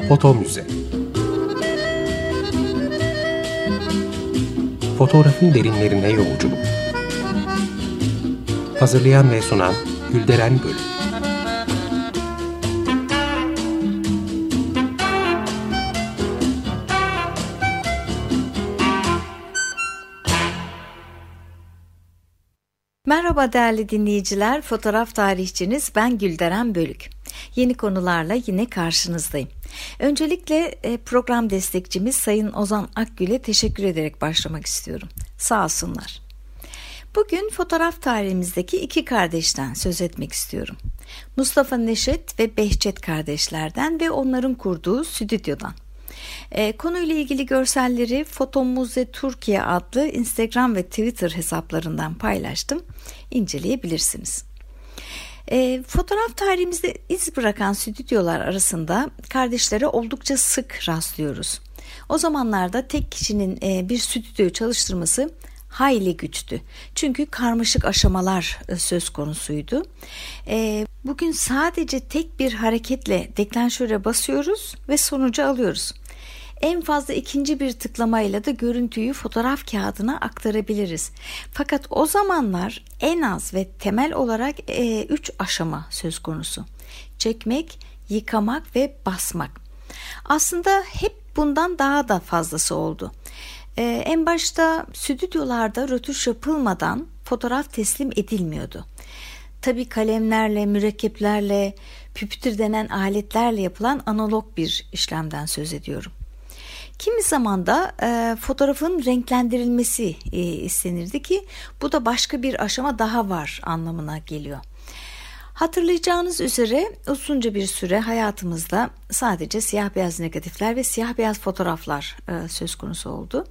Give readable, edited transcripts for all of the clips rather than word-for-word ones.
Foto Müze. Fotoğrafın derinlerine yolculuk. Hazırlayan ve sunan Gülderen Bölük. Merhaba değerli dinleyiciler, fotoğraf tarihçiniz ben Gülderen Bölük. Yeni konularla yine karşınızdayım. Öncelikle program destekçimiz Sayın Ozan Akgül'e teşekkür ederek başlamak istiyorum. Sağ olsunlar. Bugün fotoğraf tarihimizdeki iki kardeşten söz etmek istiyorum. Mustafa Neşet ve Behçet kardeşlerden ve onların kurduğu stüdyodan. Konuyla ilgili görselleri Foto Müze Türkiye adlı Instagram ve Twitter hesaplarından paylaştım. İnceleyebilirsiniz. Fotoğraf tarihimizde iz bırakan stüdyolar arasında kardeşlere oldukça sık rastlıyoruz. O zamanlarda tek kişinin bir stüdyoyu çalıştırması hayli güçtü. Çünkü karmaşık aşamalar söz konusuydu. Bugün sadece tek bir hareketle deklanşöre basıyoruz ve sonucu alıyoruz. En fazla ikinci bir tıklamayla da görüntüyü fotoğraf kağıdına aktarabiliriz. Fakat o zamanlar en az ve temel olarak 3 aşama söz konusu. Çekmek, yıkamak ve basmak. Aslında hep bundan daha da fazlası oldu. En başta stüdyolarda rötuş yapılmadan fotoğraf teslim edilmiyordu. Tabii kalemlerle, mürekkeplerle, püpütür denen aletlerle yapılan analog bir işlemden söz ediyorum. Kimi zaman da fotoğrafın renklendirilmesi istenirdi ki bu da başka bir aşama daha var anlamına geliyor. Hatırlayacağınız üzere uzunca bir süre hayatımızda sadece siyah beyaz negatifler ve siyah beyaz fotoğraflar söz konusu oldu.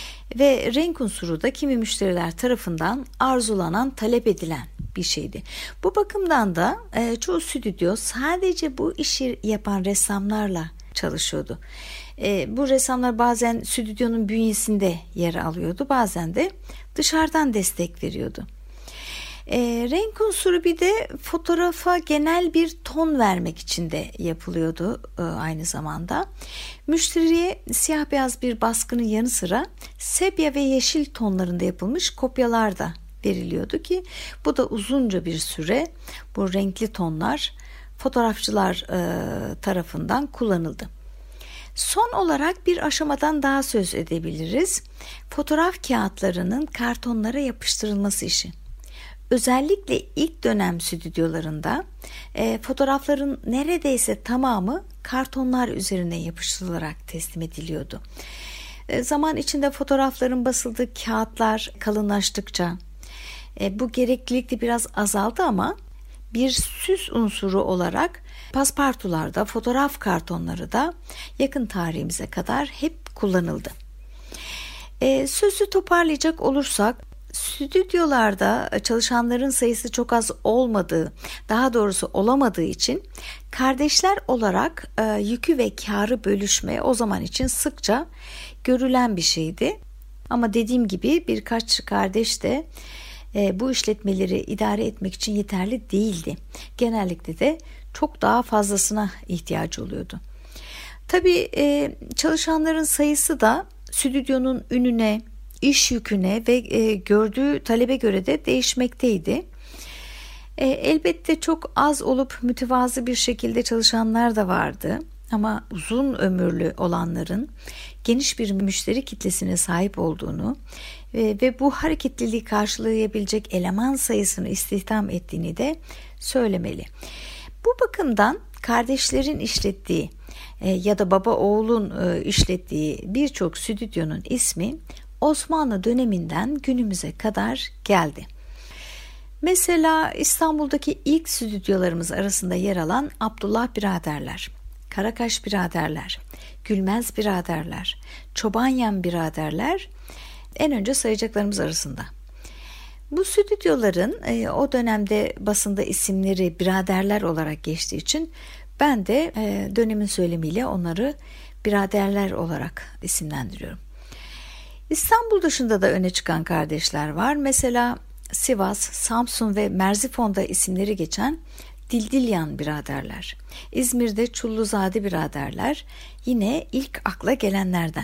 Ve renk unsuru da kimi müşteriler tarafından arzulanan, talep edilen bir şeydi. Bu bakımdan da çoğu stüdyo sadece bu işi yapan ressamlarla çalışıyordu. Bu ressamlar bazen stüdyonun bünyesinde yer alıyordu, bazen de dışarıdan destek veriyordu. Renk unsuru bir de fotoğrafa genel bir ton vermek için de yapılıyordu aynı zamanda. Müşteriye siyah beyaz bir baskının yanı sıra sepya ve yeşil tonlarında yapılmış kopyalar da veriliyordu ki bu da uzunca bir süre bu renkli tonlar fotoğrafçılar tarafından kullanıldı. Son olarak bir aşamadan daha söz edebiliriz. Fotoğraf kağıtlarının kartonlara yapıştırılması işi. Özellikle ilk dönem stüdyolarında fotoğrafların neredeyse tamamı kartonlar üzerine yapıştırılarak teslim ediliyordu. Zaman içinde fotoğrafların basıldığı kağıtlar kalınlaştıkça bu gereklilik de biraz azaldı ama bir süs unsuru olarak paspartularda, fotoğraf kartonları da yakın tarihimize kadar hep kullanıldı. Sözü toparlayacak olursak, stüdyolarda çalışanların sayısı çok az olmadığı, daha doğrusu olamadığı için kardeşler olarak yükü ve kârı bölüşme o zaman için sıkça görülen bir şeydi. Ama dediğim gibi birkaç kardeş de bu işletmeleri idare etmek için yeterli değildi. Genellikle de çok daha fazlasına ihtiyacı oluyordu. Tabii çalışanların sayısı da stüdyonun ününe, iş yüküne ve gördüğü talebe göre de değişmekteydi. Elbette çok az olup mütevazı bir şekilde çalışanlar da vardı. Ama uzun ömürlü olanların geniş bir müşteri kitlesine sahip olduğunu ve bu hareketliliği karşılayabilecek eleman sayısını istihdam ettiğini de söylemeli. Bu bakımdan kardeşlerin işlettiği ya da baba oğlun işlettiği birçok stüdyonun ismi Osmanlı döneminden günümüze kadar geldi. Mesela İstanbul'daki ilk stüdyolarımız arasında yer alan Abdullah biraderler, Karakaş biraderler, Gülmez biraderler, Çobanyan biraderler en önce sayacaklarımız arasında. Bu stüdyoların o dönemde basında isimleri biraderler olarak geçtiği için ben de dönemin söylemiyle onları biraderler olarak isimlendiriyorum. İstanbul dışında da öne çıkan kardeşler var. Mesela Sivas, Samsun ve Merzifon'da isimleri geçen Dildilyan biraderler, İzmir'de Çulluzade biraderler yine ilk akla gelenlerden.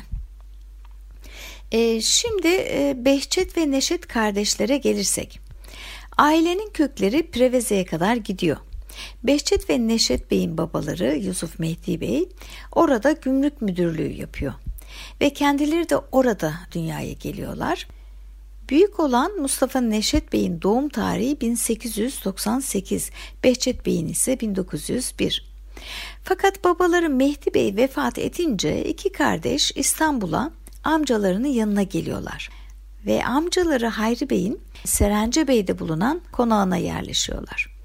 Şimdi Behçet ve Neşet kardeşlere gelirsek, ailenin kökleri Preveze'ye kadar gidiyor. Behçet ve Neşet Bey'in babaları Yusuf Mehdi Bey orada gümrük müdürlüğü yapıyor ve kendileri de orada dünyaya geliyorlar. Büyük olan Mustafa Neşet Bey'in doğum tarihi 1898, Behçet Bey'in ise 1901. Fakat babaları Mehdi Bey vefat edince iki kardeş İstanbul'a amcalarının yanına geliyorlar ve amcaları Hayri Bey'in Serencebey'de bulunan konağına yerleşiyorlar.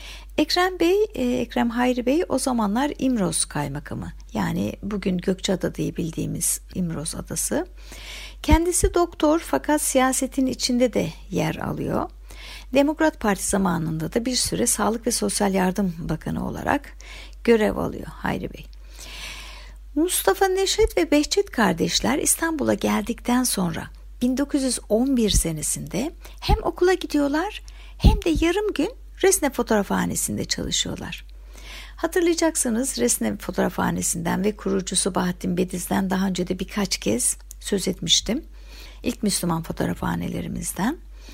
Ekrem Hayri Bey o zamanlar İmroz kaymakamı, yani bugün Gökçeada diye bildiğimiz İmroz adası. Kendisi doktor fakat siyasetin içinde de yer alıyor. Demokrat Parti zamanında da bir süre Sağlık ve Sosyal Yardım Bakanı olarak görev alıyor Hayri Bey. Mustafa Neşet ve Behçet kardeşler İstanbul'a geldikten sonra 1911 senesinde hem okula gidiyorlar hem de yarım gün Resne Fotoğrafhanesi'nde çalışıyorlar. Hatırlayacaksınız, Resne Fotoğrafhanesi'nden ve kurucusu Bahattin Bediz'den daha önce de birkaç kez söz etmiştim. İlk Müslüman fotoğrafhanelerimizden.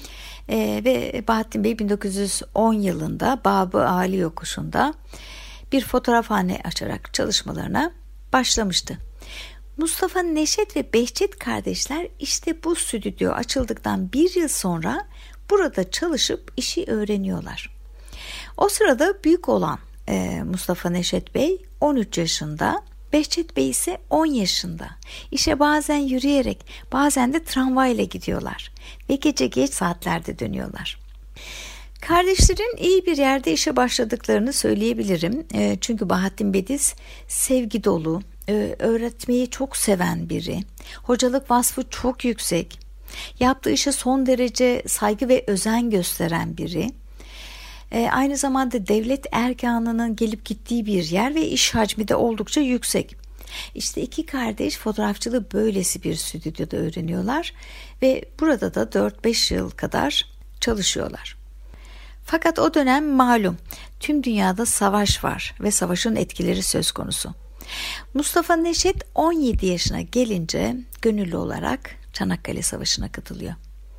Ve Bahattin Bey 1910 yılında Babı Ali Yokuşu'nda bir fotoğrafhane açarak çalışmalarına başlamıştı. Mustafa Neşet ve Behçet kardeşler işte bu stüdyo açıldıktan bir yıl sonra burada çalışıp işi öğreniyorlar. O sırada büyük olan Mustafa Neşet Bey 13 yaşında, Behçet Bey ise 10 yaşında. İşe bazen yürüyerek, bazen de tramvayla gidiyorlar ve gece geç saatlerde dönüyorlar. Kardeşlerin iyi bir yerde işe başladıklarını söyleyebilirim. Çünkü Bahattin Bediz sevgi dolu, öğretmeyi çok seven biri. Hocalık vasfı çok yüksek. Yaptığı işe son derece saygı ve özen gösteren biri. Aynı zamanda devlet erkanının gelip gittiği bir yer ve iş hacmi de oldukça yüksek. İşte iki kardeş fotoğrafçılığı böylesi bir stüdyoda öğreniyorlar ve burada da 4-5 yıl kadar çalışıyorlar. Fakat o dönem malum tüm dünyada savaş var ve savaşın etkileri söz konusu. Mustafa Neşet 17 yaşına gelince gönüllü olarak Çanakkale Savaşı'na katılıyor.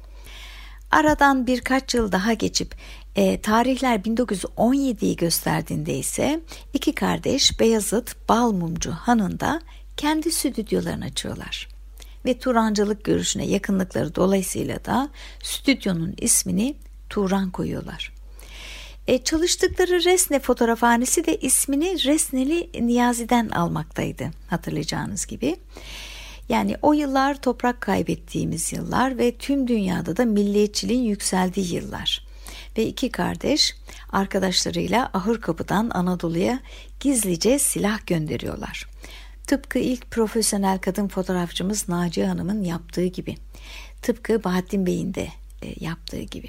Aradan birkaç yıl daha geçip tarihler 1917'yi gösterdiğinde ise iki kardeş Beyazıt Balmumcu Hanı'nda kendi stüdyolarını açıyorlar. Ve Turancılık görüşüne yakınlıkları dolayısıyla da stüdyonun ismini Turan koyuyorlar. Çalıştıkları Resne Fotoğrafhanesi de ismini Resneli Niyazi'den almaktaydı, hatırlayacağınız gibi. Yani o yıllar toprak kaybettiğimiz yıllar ve tüm dünyada da milliyetçiliğin yükseldiği yıllar. Ve iki kardeş arkadaşlarıyla Ahırkapı'dan Anadolu'ya gizlice silah gönderiyorlar. Tıpkı ilk profesyonel kadın fotoğrafçımız Naciye Hanım'ın yaptığı gibi. Tıpkı Bahattin Bey'in de yaptığı gibi.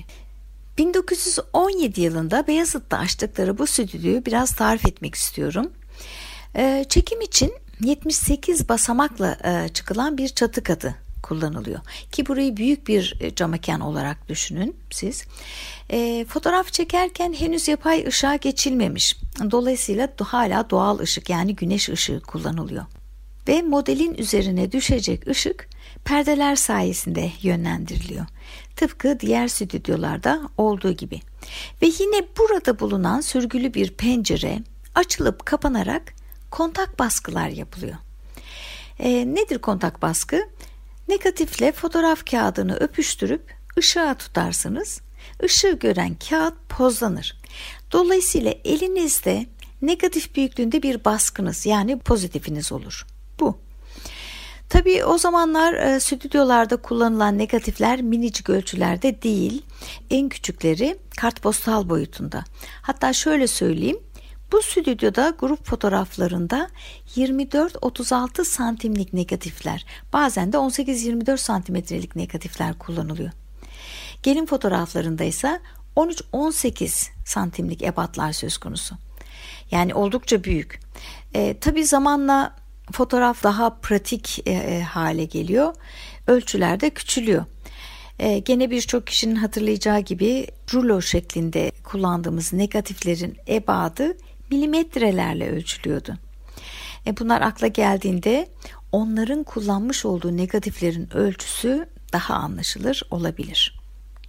1917 yılında Beyazıt'ta açtıkları bu stüdyoyu biraz tarif etmek istiyorum. Çekim için 78 basamakla çıkılan bir çatı katı kullanılıyor. Ki burayı büyük bir camekan olarak düşünün siz. Fotoğraf çekerken henüz yapay ışığa geçilmemiş. Dolayısıyla hala doğal ışık, yani güneş ışığı kullanılıyor. Ve modelin üzerine düşecek ışık perdeler sayesinde yönlendiriliyor. Tıpkı diğer stüdyolarda olduğu gibi. Ve yine burada bulunan sürgülü bir pencere açılıp kapanarak kontak baskılar yapılıyor. Nedir kontak baskı? Negatifle fotoğraf kağıdını öpüştürüp ışığa tutarsınız. Işığı gören kağıt pozlanır. Dolayısıyla elinizde negatif büyüklüğünde bir baskınız, yani pozitifiniz olur. Bu. Tabii o zamanlar stüdyolarda kullanılan negatifler minicik ölçülerde değil. En küçükleri kartpostal boyutunda. Hatta şöyle söyleyeyim. Bu stüdyoda grup fotoğraflarında 24-36 santimlik negatifler, bazen de 18-24 santimetrelik negatifler kullanılıyor. Gelin fotoğraflarında ise 13-18 santimlik ebatlar söz konusu. Yani oldukça büyük. Tabii zamanla fotoğraf daha pratik hale geliyor. Ölçüler de küçülüyor. Gene birçok kişinin hatırlayacağı gibi rulo şeklinde kullandığımız negatiflerin ebadı milimetrelerle ölçülüyordu. Bunlar akla geldiğinde onların kullanmış olduğu negatiflerin ölçüsü daha anlaşılır olabilir.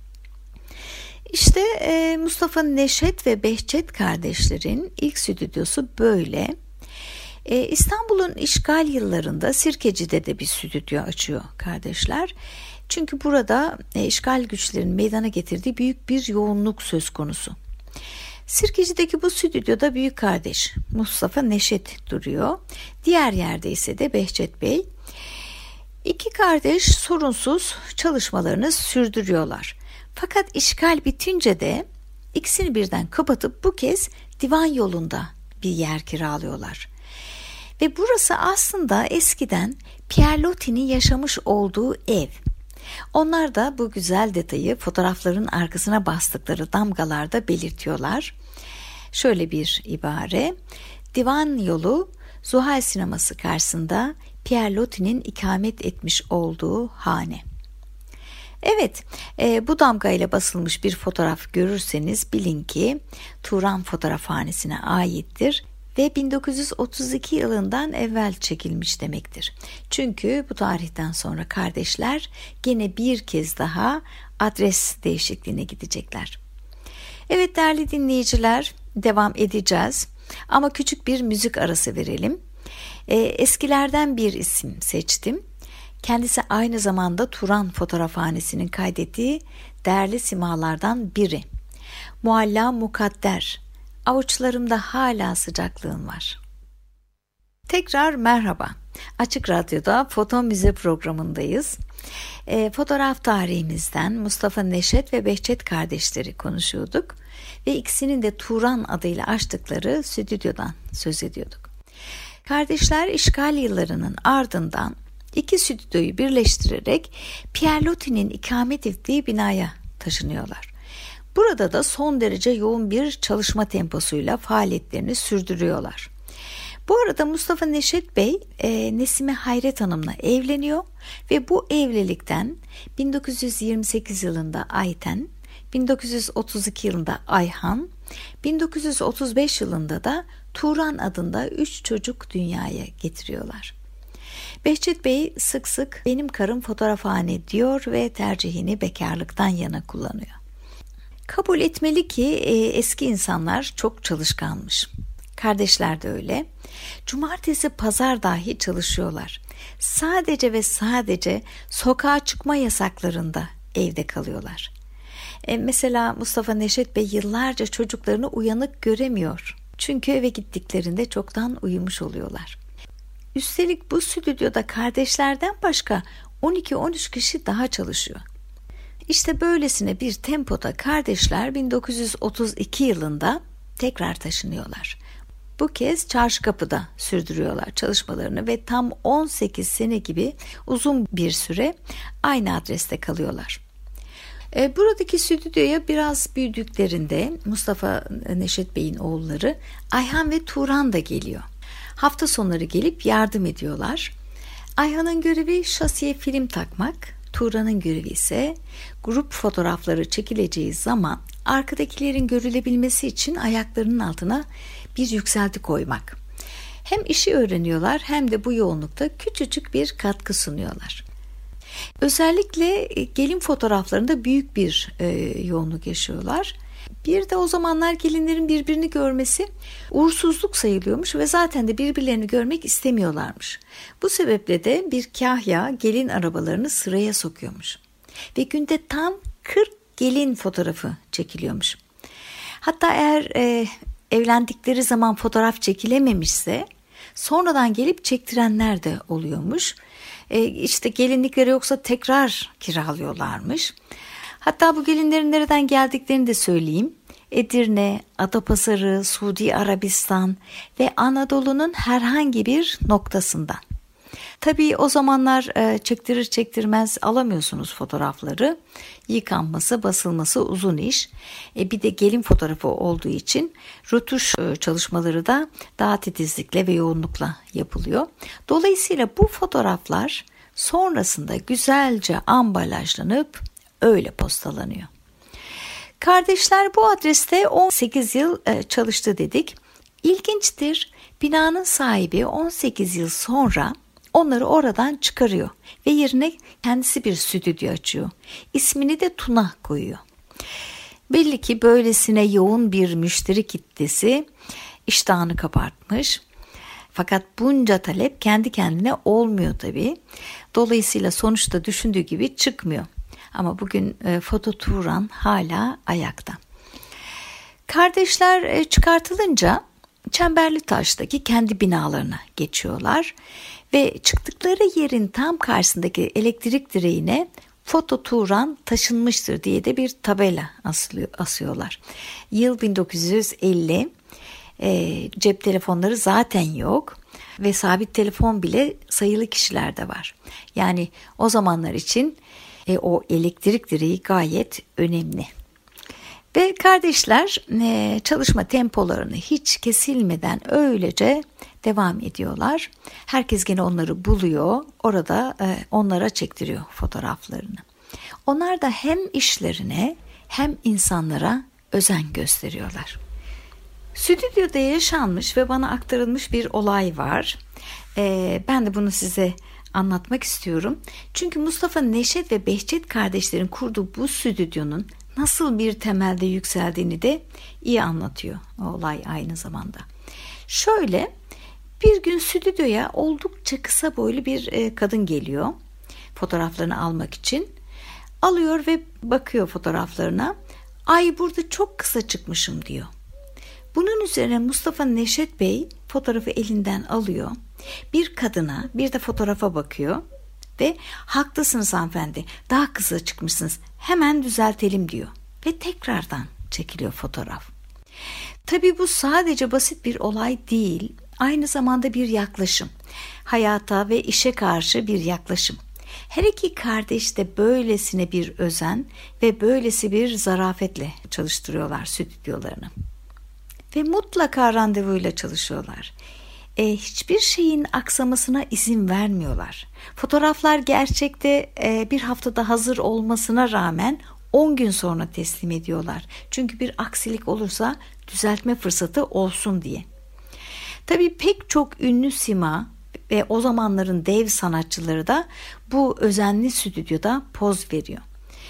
İşte Mustafa Neşet ve Behçet kardeşlerin ilk stüdyosu böyle. İstanbul'un işgal yıllarında Sirkeci'de de bir stüdyo açıyor kardeşler. Çünkü burada işgal güçlerinin meydana getirdiği büyük bir yoğunluk söz konusu. Sirkeci'deki bu stüdyoda büyük kardeş Mustafa Neşet duruyor. Diğer yerde ise de Behçet Bey. İki kardeş sorunsuz çalışmalarını sürdürüyorlar. Fakat işgal bitince de ikisini birden kapatıp bu kez divan yolunda bir yer kiralıyorlar. Ve burası aslında eskiden Pierre Loti'nin yaşamış olduğu ev. Onlar da bu güzel detayı fotoğrafların arkasına bastıkları damgalarda belirtiyorlar. Şöyle bir ibare: divan yolu Zuhal sineması karşısında Pierre Loti'nin ikamet etmiş olduğu hane. Evet, bu damgayla basılmış bir fotoğraf görürseniz bilin ki Turan Fotoğrafhanesi'ne aittir ve 1932 yılından evvel çekilmiş demektir. Çünkü bu tarihten sonra kardeşler gene bir kez daha adres değişikliğine gidecekler. Evet değerli dinleyiciler, devam edeceğiz ama küçük bir müzik arası verelim. Eskilerden bir isim seçtim. Kendisi aynı zamanda Turan Fotoğrafhanesi'nin kaydettiği değerli simalardan biri. Mualla Mukadder, avuçlarımda hala sıcaklığın var. Tekrar merhaba. Açık Radyo'da Foto Müze programındayız. Fotoğraf tarihimizden Mustafa Neşet ve Behçet kardeşleri konuşuyorduk ve ikisinin de Turan adıyla açtıkları stüdyodan söz ediyorduk. Kardeşler işgal yıllarının ardından iki stüdyoyu birleştirerek Pierre Loti'nin ikamet ettiği binaya taşınıyorlar. Burada da son derece yoğun bir çalışma temposuyla faaliyetlerini sürdürüyorlar. Bu arada Mustafa Neşet Bey Nesime Hayret Hanım'la evleniyor ve bu evlilikten 1928 yılında Ayten, 1932 yılında Ayhan, 1935 yılında da Turan adında 3 çocuk dünyaya getiriyorlar. Behçet Bey sık sık benim karım fotoğrafhane diyor ve tercihini bekarlıktan yana kullanıyor. Kabul etmeli ki eski insanlar çok çalışkanmış. Kardeşler de öyle. Cumartesi, pazar dahi çalışıyorlar. Sadece ve sadece sokağa çıkma yasaklarında evde kalıyorlar. Mesela Mustafa Neşet Bey yıllarca çocuklarını uyanık göremiyor. Çünkü eve gittiklerinde çoktan uyumuş oluyorlar. Üstelik bu stüdyoda kardeşlerden başka 12-13 kişi daha çalışıyor. İşte böylesine bir tempoda kardeşler 1932 yılında tekrar taşınıyorlar. Bu kez Çarşıkapı'da sürdürüyorlar çalışmalarını ve tam 18 sene gibi uzun bir süre aynı adreste kalıyorlar. Buradaki stüdyoya biraz büyüdüklerinde Mustafa Neşet Bey'in oğulları Ayhan ve Turan da geliyor. Hafta sonları gelip yardım ediyorlar. Ayhan'ın görevi şasiye film takmak, Turan'ın görevi ise grup fotoğrafları çekileceği zaman arkadakilerin görülebilmesi için ayaklarının altına bir yükselti koymak. Hem işi öğreniyorlar hem de bu yoğunlukta küçücük bir katkı sunuyorlar. Özellikle gelin fotoğraflarında büyük bir yoğunluk yaşıyorlar. Bir de o zamanlar gelinlerin birbirini görmesi uğursuzluk sayılıyormuş ve zaten de birbirlerini görmek istemiyorlarmış. Bu sebeple de bir kahya gelin arabalarını sıraya sokuyormuş. Ve günde tam 40 gelin fotoğrafı çekiliyormuş. Hatta eğer evlendikleri zaman fotoğraf çekilememişse sonradan gelip çektirenler de oluyormuş. İşte gelinlikleri yoksa tekrar kiralıyorlarmış. Hatta bu gelinlerin nereden geldiklerini de söyleyeyim. Edirne, Adapazarı, Suudi Arabistan ve Anadolu'nun herhangi bir noktasından. Tabii o zamanlar çektirir çektirmez alamıyorsunuz fotoğrafları. Yıkanması, basılması uzun iş. Bir de gelin fotoğrafı olduğu için rötuş çalışmaları da daha titizlikle ve yoğunlukla yapılıyor. Dolayısıyla bu fotoğraflar sonrasında güzelce ambalajlanıp öyle postalanıyor. Kardeşler bu adreste 18 yıl çalıştı dedik. İlginçtir, binanın sahibi 18 yıl sonra onları oradan çıkarıyor ve yerine kendisi bir stüdyo açıyor. İsmini de Tuna koyuyor. Belli ki böylesine yoğun bir müşteri kitlesi iştahını kabartmış. Fakat bunca talep kendi kendine olmuyor tabii. Dolayısıyla sonuçta düşündüğü gibi çıkmıyor. Ama bugün Foto Turan hala ayakta. Kardeşler çıkartılınca Çemberlitaş'taki kendi binalarına geçiyorlar ve çıktıkları yerin tam karşısındaki elektrik direğine Foto Turan taşınmıştır diye de bir tabela asıyorlar. Yıl 1950, cep telefonları zaten yok ve sabit telefon bile sayılı kişilerde var. Yani o zamanlar için o elektrik direği gayet önemli. Ve kardeşler çalışma tempolarını hiç kesilmeden öylece devam ediyorlar. Herkes gene onları buluyor, orada onlara çektiriyor fotoğraflarını. Onlar da hem işlerine hem insanlara özen gösteriyorlar. Stüdyoda yaşanmış ve bana aktarılmış bir olay var. Ben de bunu size anlatmak istiyorum. Çünkü Mustafa Neşet ve Behçet kardeşlerin kurduğu bu stüdyonun nasıl bir temelde yükseldiğini de iyi anlatıyor o olay aynı zamanda. Şöyle, bir gün stüdyoya oldukça kısa boylu bir kadın geliyor fotoğraflarını almak için. Alıyor ve bakıyor fotoğraflarına. Ay, burada çok kısa çıkmışım diyor. Bunun üzerine Mustafa Neşet Bey fotoğrafı elinden alıyor. Bir kadına bir de fotoğrafa bakıyor ve haklısınız hanımefendi, daha kısa çıkmışsınız, hemen düzeltelim diyor. Ve tekrardan çekiliyor fotoğraf. Tabii bu sadece basit bir olay değil, aynı zamanda bir yaklaşım. Hayata ve işe karşı bir yaklaşım. Her iki kardeş de böylesine bir özen ve böylesi bir zarafetle çalıştırıyorlar stüdyolarını. Ve mutlaka randevuyla çalışıyorlar. Hiçbir şeyin aksamasına izin vermiyorlar. Fotoğraflar gerçekte bir haftada hazır olmasına rağmen 10 gün sonra teslim ediyorlar. Çünkü bir aksilik olursa düzeltme fırsatı olsun diye. Tabii pek çok ünlü sima ve o zamanların dev sanatçıları da bu özenli stüdyoda poz veriyor.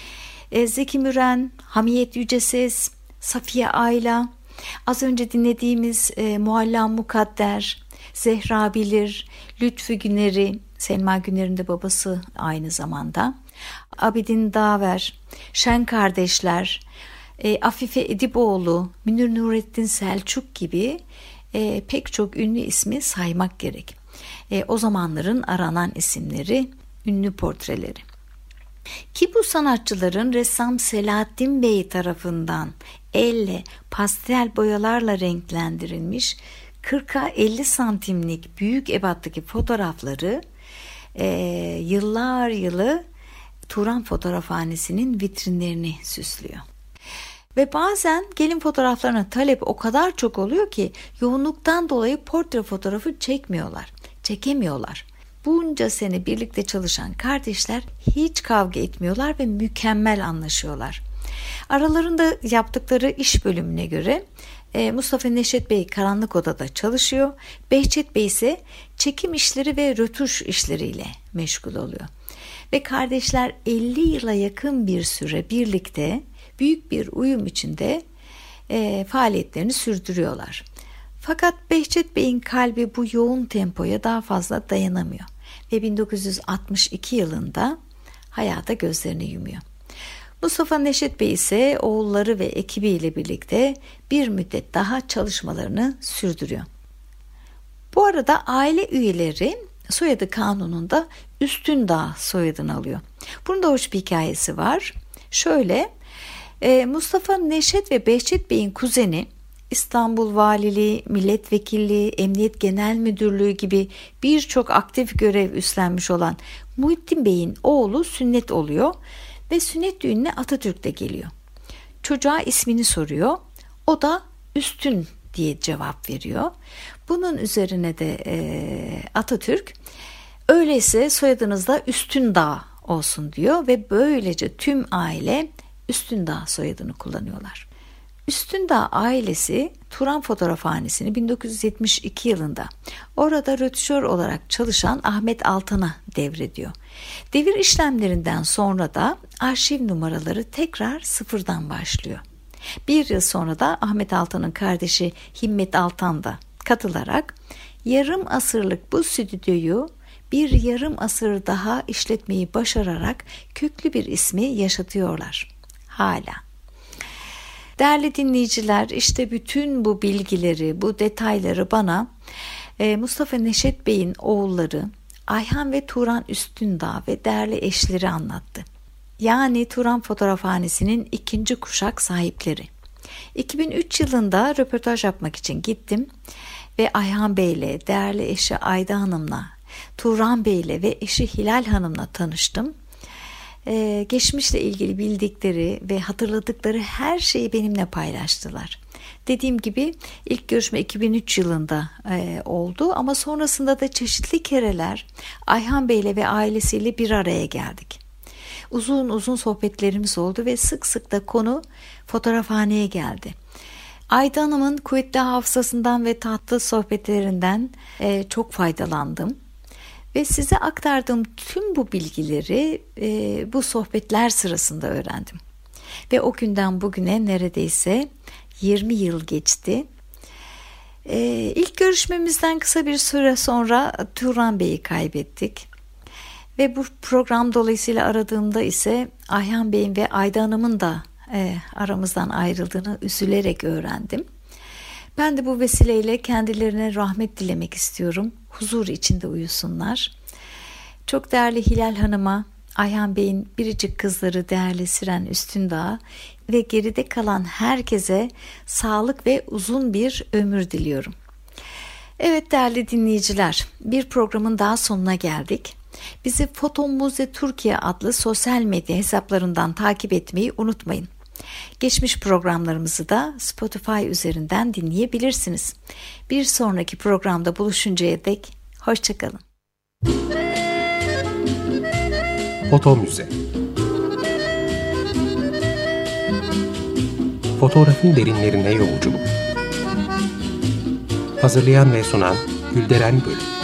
Zeki Müren, Hamiyet Yüceses, Safiye Ayla, az önce dinlediğimiz Mualla Mukadder, Zehra Bilir, Lütfü Güner'i, Selma Güner'in de babası aynı zamanda, Abidin Daver, Şen kardeşler, Afife Ediboğlu, Münir Nurettin Selçuk gibi pek çok ünlü ismi saymak gerek. O zamanların aranan isimleri, ünlü portreleri. Ki bu sanatçıların ressam Selahattin Bey tarafından elle pastel boyalarla renklendirilmiş 40'a 50 santimlik büyük ebattaki fotoğrafları yıllar yılı Turan Fotoğrafhanesi'nin vitrinlerini süslüyor. Ve bazen gelin fotoğraflarına talep o kadar çok oluyor ki yoğunluktan dolayı portre fotoğrafı çekemiyorlar. Bunca sene birlikte çalışan kardeşler hiç kavga etmiyorlar ve mükemmel anlaşıyorlar. Aralarında yaptıkları iş bölümüne göre Mustafa Neşet Bey karanlık odada çalışıyor. Behçet Bey ise çekim işleri ve rötuş işleriyle meşgul oluyor. Ve kardeşler 50 yıla yakın bir süre birlikte büyük bir uyum içinde faaliyetlerini sürdürüyorlar. Fakat Behçet Bey'in kalbi bu yoğun tempoya daha fazla dayanamıyor ve 1962 yılında hayata gözlerini yumuyor. Mustafa Neşet Bey ise oğulları ve ekibiyle birlikte bir müddet daha çalışmalarını sürdürüyor. Bu arada aile üyeleri soyadı kanununda Üstündağ soyadını alıyor. Bunun da hoş bir hikayesi var. Şöyle, Mustafa Neşet ve Behçet Bey'in kuzeni İstanbul Valiliği, Milletvekilliği, Emniyet Genel Müdürlüğü gibi birçok aktif görev üstlenmiş olan Muhittin Bey'in oğlu sünnet oluyor ve sünnet düğününe Atatürk de geliyor. Çocuğa ismini soruyor, o da Üstün diye cevap veriyor. Bunun üzerine de Atatürk, öyleyse soyadınız da Üstündağ olsun diyor ve böylece tüm aile Üstündağ soyadını kullanıyorlar. Üstündağ ailesi Turan Fotoğrafhanesi'ni 1972 yılında orada rötuşör olarak çalışan Ahmet Altan'a devrediyor. Devir işlemlerinden sonra da arşiv numaraları tekrar sıfırdan başlıyor. Bir yıl sonra da Ahmet Altan'ın kardeşi Himmet Altan da katılarak yarım asırlık bu stüdyoyu bir yarım asır daha işletmeyi başararak köklü bir ismi yaşatıyorlar. Hala. Değerli dinleyiciler, işte bütün bu bilgileri, bu detayları bana Mustafa Neşet Bey'in oğulları Ayhan ve Turan Üstündağ ve değerli eşleri anlattı. Yani Turan Fotoğrafhanesi'nin ikinci kuşak sahipleri. 2003 yılında röportaj yapmak için gittim ve Ayhan Bey'le, değerli eşi Ayda Hanım'la, Turan Bey'le ve eşi Hilal Hanım'la tanıştım. Geçmişle ilgili bildikleri ve hatırladıkları her şeyi benimle paylaştılar. Dediğim gibi ilk görüşme 2003 yılında oldu ama sonrasında da çeşitli kereler Ayhan Bey'le ve ailesiyle bir araya geldik. Uzun uzun sohbetlerimiz oldu ve sık sık da konu fotoğrafhaneye geldi. Ayda Hanım'ın kuvvetli hafızasından ve tatlı sohbetlerinden çok faydalandım. Ve size aktardığım tüm bu bilgileri bu sohbetler sırasında öğrendim. Ve o günden bugüne neredeyse 20 yıl geçti. İlk görüşmemizden kısa bir süre sonra Turan Bey'i kaybettik. Ve bu program dolayısıyla aradığımda ise Ayhan Bey'in ve Ayda Hanım'ın da aramızdan ayrıldığını üzülerek öğrendim. Ben de bu vesileyle kendilerine rahmet dilemek istiyorum. Huzur içinde uyusunlar. Çok değerli Hilal Hanım'a, Ayhan Bey'in biricik kızları değerli Siren Üstündağ ve geride kalan herkese sağlık ve uzun bir ömür diliyorum. Evet değerli dinleyiciler, bir programın daha sonuna geldik. Bizi Foto Muze Türkiye adlı sosyal medya hesaplarından takip etmeyi unutmayın. Geçmiş programlarımızı da Spotify üzerinden dinleyebilirsiniz. Bir sonraki programda buluşuncaya dek hoşçakalın. Foto Müze. Fotoğrafın derinlerine yolculuk. Hazırlayan ve sunan Gülderen Bölük.